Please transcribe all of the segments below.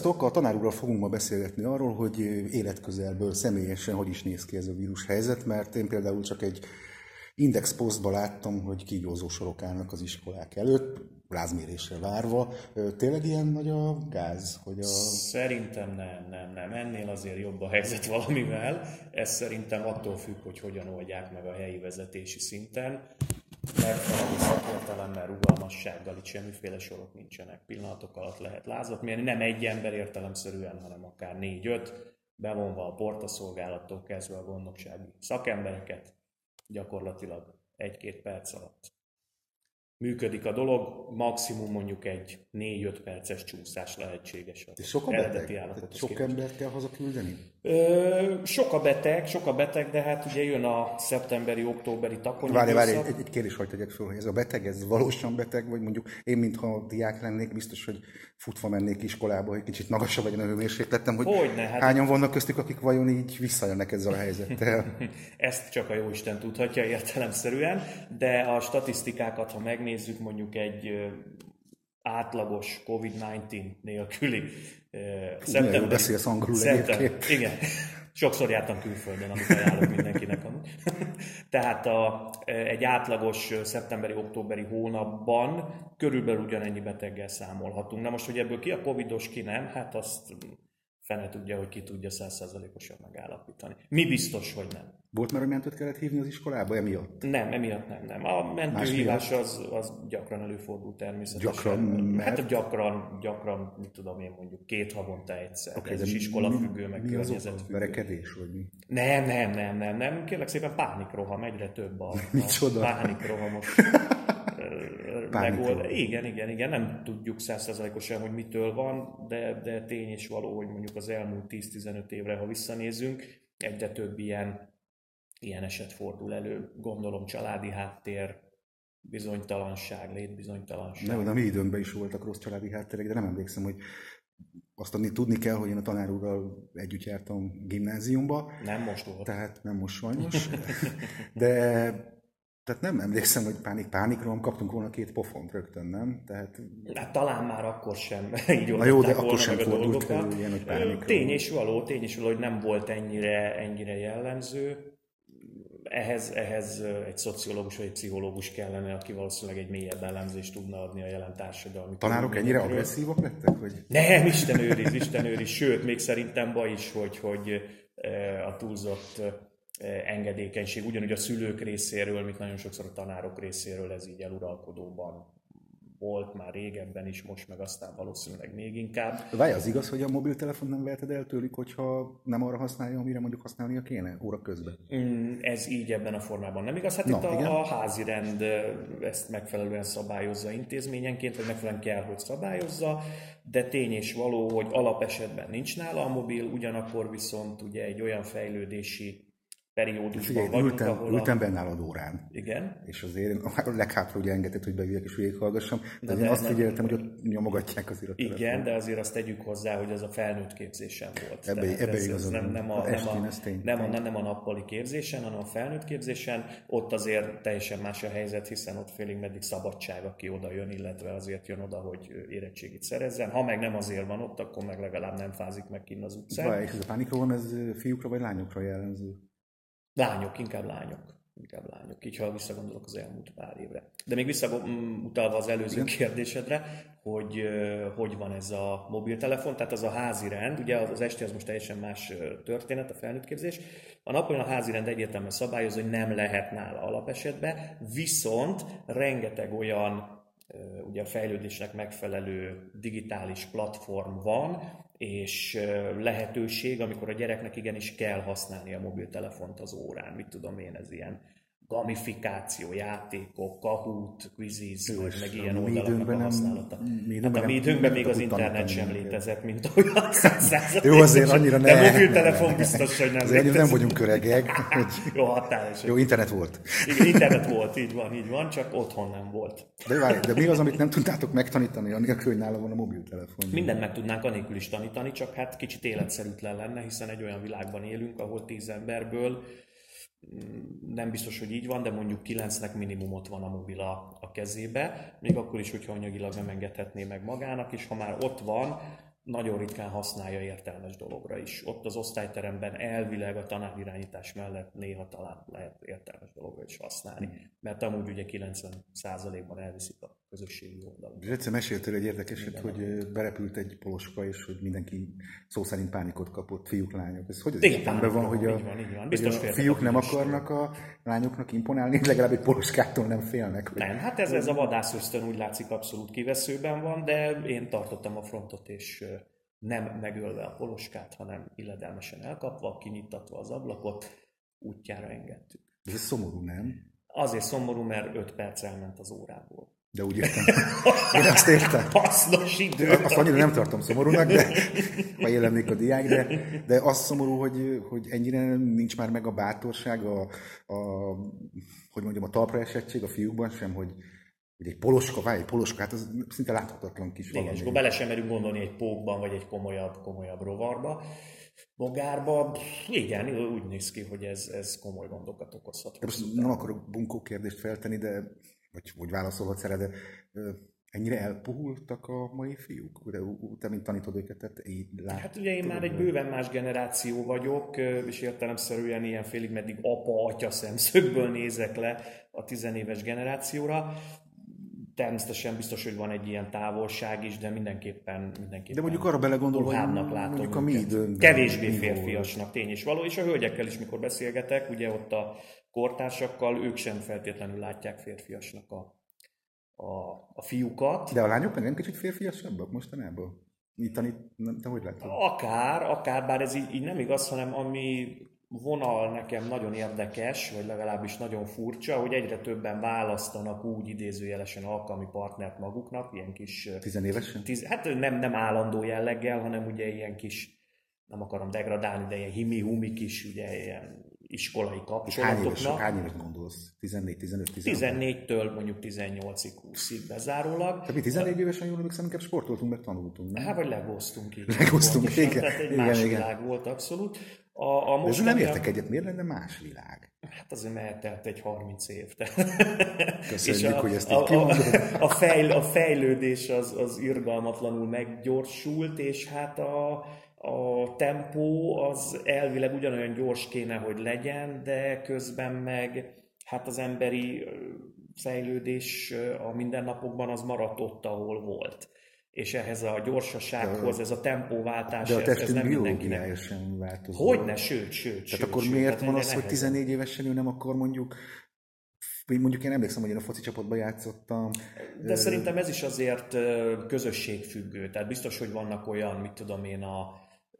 Sziasztok! A tanár úrral fogunk ma beszélgetni arról, hogy életközelből, személyesen hogy is néz ki ez a vírushelyzet, mert én például csak egy Index Postban láttam, hogy kígyózó sorok állnak az iskolák előtt, lázmérésre várva. Tényleg ilyen nagy a gáz? Szerintem nem. Ennél azért jobb a helyzet valamivel. Ez szerintem attól függ, hogy hogyan oldják meg a helyi vezetési szinten. Mert valami szakértelemmel, rugalmassággal itt semmiféle sorok nincsenek. Pillanatok alatt lehet lázat mérni, nem egy ember értelemszerűen, hanem akár 4-5, bevonva a portaszolgálattól kezdve a gondnoksági szakembereket, gyakorlatilag 1-2 perc alatt működik a dolog, maximum mondjuk egy 4-5 perces csúszás lehetséges. És sok a beteg? Sok embert kell hazaküldeni? Sok a beteg, de hát ugye jön a szeptemberi-októberi takony. Várj, egy kérdés hagy tegyek föl, hogy ez a beteg, ez valósan beteg, vagy mondjuk én, mintha diák lennék, biztos, hogy futva mennék iskolába, egy kicsit magasabb legyen a hőmérsékletem, hogy hányan vannak köztük, akik vajon így visszajönnek ezzel a helyzettel? Ezt csak a jóisten tudhatja értelemszerűen, de a statisztikákat, ha megnézzük, mondjuk egy átlagos COVID-19 nélküli szeptember. Beszélsz angolul egyébként. Igen, sokszor jártam külföldön, amit ajánlok mindenkinek. Tehát egy átlagos szeptemberi-októberi hónapban körülbelül ugyanennyi beteggel számolhatunk. Na most, hogy ebből ki a covidos, ki nem, hát azt fene tudja, hogy ki tudja 100%-osan megállapítani. Mi biztos, hogy nem. Volt már, hogy mentőt kellett hívni az iskolába emiatt? Nem, emiatt nem. A mentőhívás az gyakran előfordul természetesen. Gyakran, mert... Hát gyakran, mit tudom én, mondjuk 2 havonta egyszer. Okay, ez is iskolafüggő, meg környezetfüggő. Verekedés, vagy mi? Nem. Kérlek szépen pánikroham, egyre több a pánikrohamos. Megold. Igen, nem tudjuk 100%-osan, hogy mitől van, de tény és való, hogy mondjuk az elmúlt 10-15 évre, ha visszanézünk, egyre több ilyen eset fordul elő. Gondolom családi háttér, bizonytalanság, létbizonytalanság. De a mi időnkben is voltak rossz családi háttérek, de nem emlékszem, hogy azt tudni kell, hogy én a tanár úrral együtt jártam gimnáziumba. Nem most volt. Tehát nem most sajnos. Tehát nem emlékszem, hogy pánikról kaptunk volna 2 pofont rögtön, nem? Hát talán már akkor sem így na jó, de akkor sem fordult elő ilyen, hogy pánikról. Tény és való, hogy nem volt ennyire jellemző. Ehhez egy szociológus vagy egy pszichológus kellene, aki valószínűleg egy mélyebb elemzést tudna adni a jelen társadalmi. Tanárok ennyire agresszívak lettek? Hogy... Nem, Isten őriz, sőt, még szerintem baj is, hogy a túlzott engedékenység, ugyanúgy a szülők részéről, mint nagyon sokszor a tanárok részéről ez így eluralkodóban volt már régebben is, most meg aztán valószínűleg még inkább. Várj, az igaz, hogy a mobiltelefon nem veheted el tőlük, hogyha nem arra használja, amire mondjuk használnia kéne óra közben? Ez így ebben a formában nem igaz. Hát itt a házi rend ezt megfelelően szabályozza intézményenként, vagy megfelelően kell, hogy szabályozza, de tény és való, hogy alapesetben nincs nála a mobil, ugyanakkor viszont ugye egy olyan fejlődési periódusban vagyunk, ültem benne nálad órán. Igen. És azért a leghátra ugye engedett, hogy bevigyek és végighallgassam, de én azt figyeltem, hogy ott nyomogatják az iratot. Igen, de azért azt tegyük hozzá, hogy ez a felnőtt képzésen volt. Ebbe igazad. Nem a nappali képzésen, hanem a felnőtt képzésen. Ott azért teljesen más a helyzet, hiszen ott félig meddig szabadság, aki oda jön, illetve azért jön oda, hogy érettségit szerezzen. Ha meg nem azért van ott, akkor meg legalább nem fázik meg kinn az utcán. És ez a pánikról ez fiúkra vagy lányokra jellemző? Inkább lányok. Így ha visszagondolok az elmúlt pár évre. De még visszautalva az előző kérdésedre, hogy van ez a mobiltelefon, tehát az a házi rend, ugye az esti az most teljesen más történet, a felnőttképzés. A napon a házi rend egyértelműen szabályozza, hogy nem lehet nála alapesetben, viszont rengeteg olyan ugye a fejlődésnek megfelelő digitális platform van, és lehetőség, amikor a gyereknek igenis kell használni a mobiltelefont az órán. Mit tudom én, ez ilyen gamifikáció, játékok, Kahoot, Quizzes, meg ilyen oldalaknak a használata. Hát a mi időnkben még az internet sem létezett, mint olyan 100%. Jó, azért annyira nem. De mobiltelefon biztos, hogy nem létezett. Nem vagyunk öregek. Jó, határosan. Jó, internet volt. Igen, internet volt, így van, csak otthon nem volt. De mi az, amit nem tudtátok megtanítani, anélkül, hogy nála van a mobiltelefon? Mindent meg tudnánk anélkül is tanítani, csak hát kicsit életszerűtlen lenne, hiszen egy olyan világban élünk, ahol 10 emberből nem biztos, hogy így van, de mondjuk 9-nek minimum ott van a mobil a kezébe, még akkor is, hogyha anyagilag nem engedhetné meg magának, és ha már ott van, nagyon ritkán használja értelmes dologra is. Ott az osztályteremben elvileg a tanárvirányítás mellett néha talán lehet értelmes dologra is használni, mert amúgy ugye 90%-ban elviszik a közösségi oldalon. És egyszer meséltél egy érdekeset, hogy berepült egy poloska, és hogy mindenki szó szerint pánikot kapott, fiúk, lányok. Ez hogy az egyetemben van, hogy a fiúk nem akarnak a lányoknak imponálni, legalább egy poloskától nem félnek? Nem, hát ez a vadászösztön úgy látszik abszolút kiveszőben van, de én tartottam a frontot, és nem megölve a poloskát, hanem illedelmesen elkapva, kinyittatva az ablakot, útjára engedtük. Ez szomorú, nem? Azért szomorú, mert 5 perc elment az órából. De úgy értem. Én azt értem. Hasznos idő. Azt annyira nem tartom szomorúnak, de ha élemlik a diák, de az szomorú, hogy ennyire nincs már meg a bátorság, hogy mondjam, a talpra esettség a fiúkban sem, hogy egy poloskát, az szinte láthatatlan kis valami. Igen, és akkor bele sem merünk gondolni egy pókban, vagy egy komolyabb rovarba. Bogárba, igen, úgy néz ki, hogy ez komoly gondokat okozhat. Most nem akarok bunkó kérdést feltenni, de vagy válaszolhatsz erre, de ennyire elpuhultak a mai fiúk? Te, mint tanítod őket, így látod? Hát ugye én már egy bőven más generáció vagyok, és értelemszerűen ilyen félig meddig apa-atya szemszögből nézek le a 10 éves generációra. Természetesen biztos, hogy van egy ilyen távolság is, de mindenképpen de mondjuk arra belegondol, hogy mondjuk a mi időnkben kevésbé férfiasnak tény és való, és a hölgyekkel is, mikor beszélgetek, ugye ott a kortársakkal, ők sem feltétlenül látják férfiasnak a fiúkat. De a lányok meg nem kicsit férfiasabbak mostanában? Te hogy látod? Akár, bár ez így nem igaz, hanem ami vonal nekem nagyon érdekes, vagy legalábbis nagyon furcsa, hogy egyre többen választanak úgy idézőjelesen alkalmi partnert maguknak, ilyen kis... 10 évesen? Hát nem állandó jelleggel, hanem ugye ilyen kis, nem akarom degradálni, de ilyen himi-humi kis, ugye ilyen iskolai kapcsolatoknak. Hány éves gondolsz? 14, 15, 14-től mondjuk 18-ig, 20-ig bezárólag. Tehát mi 14 évesen jól emlékszem, inkább sportoltunk, meg tanultunk, nem? Hát vagy legoztunk így. Legoztunk, igen. Tehát egy más világ volt abszolút. De ezzel nem értek egyet, miért lenne más világ? Hát azért eltelt egy 30 év. Köszönjük, hogy ezt így kimondod. A fejlődés az irgalmatlanul meggyorsult, és hát a tempó az elvileg ugyanolyan gyors kéne, hogy legyen, de közben meg hát az emberi fejlődés a mindennapokban az maradt ott, ahol volt. És ehhez a gyorsasághoz, ez a tempóváltás, de a ez nem mindenkinek. sem változott. Hogyne, sőt. Tehát akkor miért van az, hogy 14 évesen ő nem akar mondjuk én emlékszem, hogy én a foci csapatban játszottam. De szerintem ez is azért közösségfüggő. Tehát biztos, hogy vannak olyan, mit tudom én, a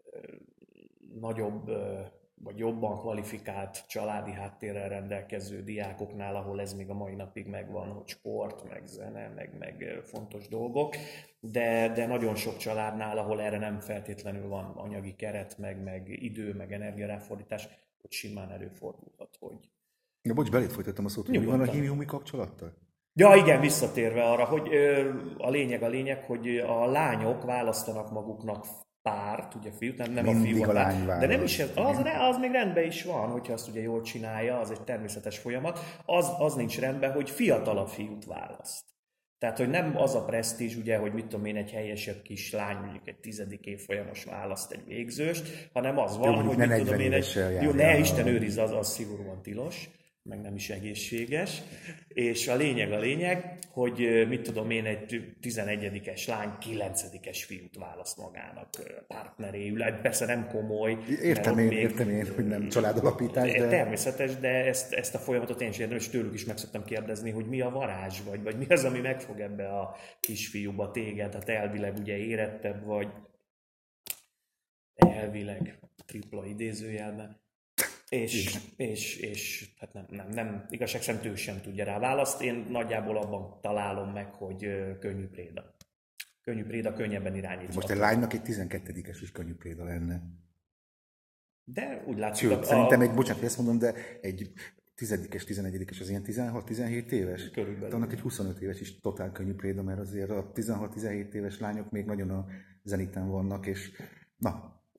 nagyobb vagy jobban kvalifikált családi háttérrel rendelkező diákoknál, ahol ez még a mai napig megvan, hogy sport, meg zene, meg fontos dolgok, de nagyon sok családnál, ahol erre nem feltétlenül van anyagi keret, meg idő, meg energiaráfordítás, hogy simán előfordulhat, hogy... Ja, bocs, belét folytattam a szót, hogy van a himi-humi kapcsolattal? Ja, igen, visszatérve arra, hogy a lényeg, hogy a lányok választanak maguknak párt, ugye fiút, nem a fiú a lány, de nem is az még rendben is van, hogyha azt ugye jól csinálja, az egy természetes folyamat, az nincs rendben, hogy fiatalabb fiút választ. Tehát, hogy nem az a presztízs, ugye, hogy mit tudom én, egy helyesebb kislány, mondjuk egy 10. évfolyamos választ egy végzőst, hanem az van, jó, hogy mit tudom én, jó, ne Isten őriz, az szigorúan tilos, meg nem is egészséges, és a lényeg, hogy mit tudom én, egy 11-es lány 9-es fiút választ magának partneréül. Persze nem komoly. Értem én, hogy nem családalapítás, de... Természetes, de ezt a folyamatot én is értem, és tőlük is meg szoktam kérdezni, hogy mi a varázs, vagy mi az, ami megfog ebbe a kisfiúba téged, hát elvileg ugye érettebb vagy, elvileg tripla idézőjelben. És hát nem igazság szerint ő sem tudja rá választ. Én nagyjából abban találom meg, hogy könnyű préda. Könnyű préda, könnyebben irányítható. Most egy lánynak egy 12-es is könnyű préda lenne. De úgy látszik... Sőt, szerintem bocsánat, ezt mondom, de egy 10-es, 11-es az ilyen 16-17 éves? Körülbelül. Annak egy 25 éves is totál könnyű préda, mert azért a 16-17 éves lányok még nagyon a zeniten vannak, és na...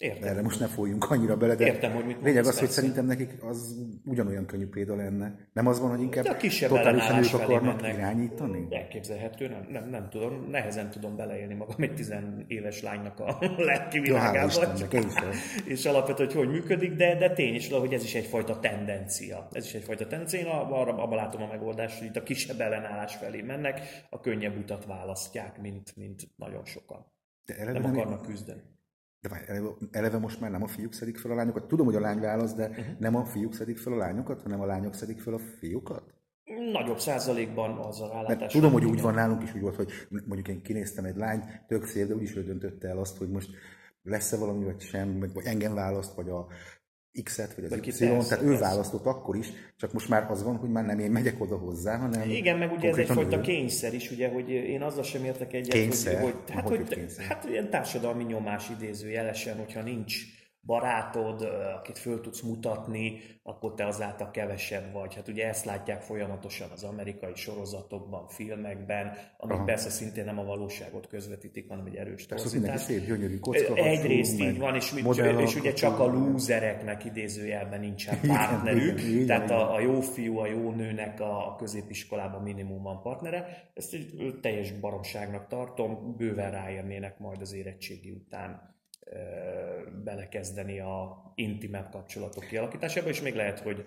Értem. Erre most ne folyjunk annyira bele, de értem, hogy mit lényeg az, hogy persze. szerintem nekik az ugyanolyan könnyű példa lenne. Nem az van, hogy inkább totálisan ők akarnak irányítani? Elképzelhető, nem tudom, nehezen tudom beleélni magam egy 10 éves lánynak a lelki világába. És alapvetően, hogy működik, de tény is, hogy ez is egyfajta tendencia. Én abban látom a megoldást, hogy itt a kisebb ellenállás felé mennek, a könnyebb utat választják, mint nagyon sokan. Nem akarnak küzdeni. De eleve most már nem a fiúk szedik fel a lányokat? Tudom, hogy a lány válasz, de nem a fiúk szedik fel a lányokat, hanem a lányok szedik fel a fiúkat? Nagyobb százalékban az a rálátás. Mert tudom, hogy úgy van nálunk is, úgy volt, hogy mondjuk én kinéztem egy lány, tök szép, de úgyis ő döntötte el azt, hogy most lesz-e valami, vagy sem, vagy engem választ, vagy a X-et, vagy az Y-t, tehát ő választott akkor is, csak most már az van, hogy már nem én megyek oda hozzá, hanem... Igen, meg ugye ez egyfajta kényszer is, ugye, hogy én azzal sem értek egyet, kényszer? Hát ilyen társadalmi nyomás idézőjelesen, hogyha nincs barátod, akit föl tudsz mutatni, akkor te azáltal kevesebb vagy. Hát ugye ezt látják folyamatosan az amerikai sorozatokban, filmekben, amik persze szintén nem a valóságot közvetítik, hanem egy erős torzítás. Szép, gyönyörű kocka. Egyrészt így van, és ugye csak a lúzereknek idézőjelben nincsen partnerük, tehát a jó fiú, a jó nőnek a középiskolában minimum van partnere. Ezt egy teljes baromságnak tartom, bőven ráérnének majd az érettségi után belekezdeni a intimebb kapcsolatok kialakításába, és még lehet, hogy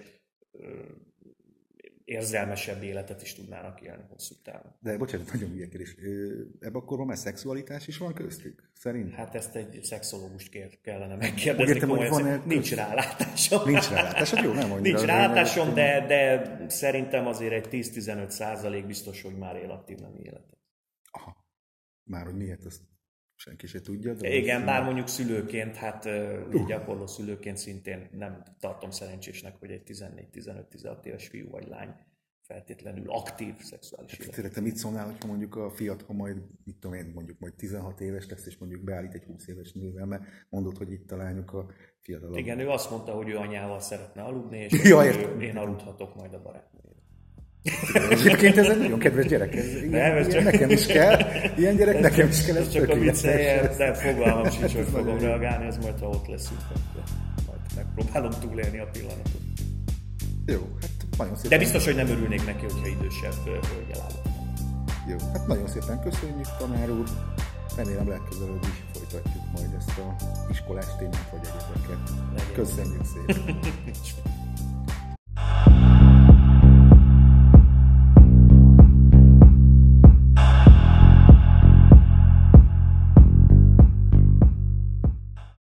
érzelmesebb életet is tudnának élni hosszú távon. De bocsánat, nagyon hülye kérdés. Ebben akkor már szexualitás is van köztük? Szerint? Hát ezt egy szexológust kellene megkérdezni. Nincs rálátásom. Nincs rálátásom, jó, nem annyira. Nincs rálátásom, de szerintem azért egy 10-15% biztos, hogy már él aktív nemi életet. Aha. Már hogy miért, azt senki se tudja. De igen, bár mondjuk szülőként, hát gyakorló szülőként szintén nem tartom szerencsésnek, hogy egy 14-15-16 éves fiú vagy lány feltétlenül aktív szexuális élet. Te mit szólnál, hogyha mondjuk a fiat, ha majd, mit tudom én, mondjuk majd 16 éves lesz, és mondjuk beállít egy 20 éves nővel, mert mondod, hogy itt a lányok a fiatalabb. Igen, ő azt mondta, hogy ő anyával szeretne aludni, és én aludhatok majd a barátnőjével. Egyébként ez egy nagyon kedves gyerek. Ilyen nekem is kell. Ilyen gyerek nekem is kell. Ez csak a viccelje, de fogalmam sincs, hogy fogom reagálni, ez majd ha ott leszünk, akkor majd megpróbálom túlélni a pillanatot. Jó, hát nagyon szépen. De biztos, hogy nem örülnék neki, hogyha idősebb hölgyel állok. Jó, hát nagyon szépen köszönjük, tanár úr. Remélem legközelebb is folytatjuk majd ezt a iskolás témát, vagy egyébként. Köszönjük szépen.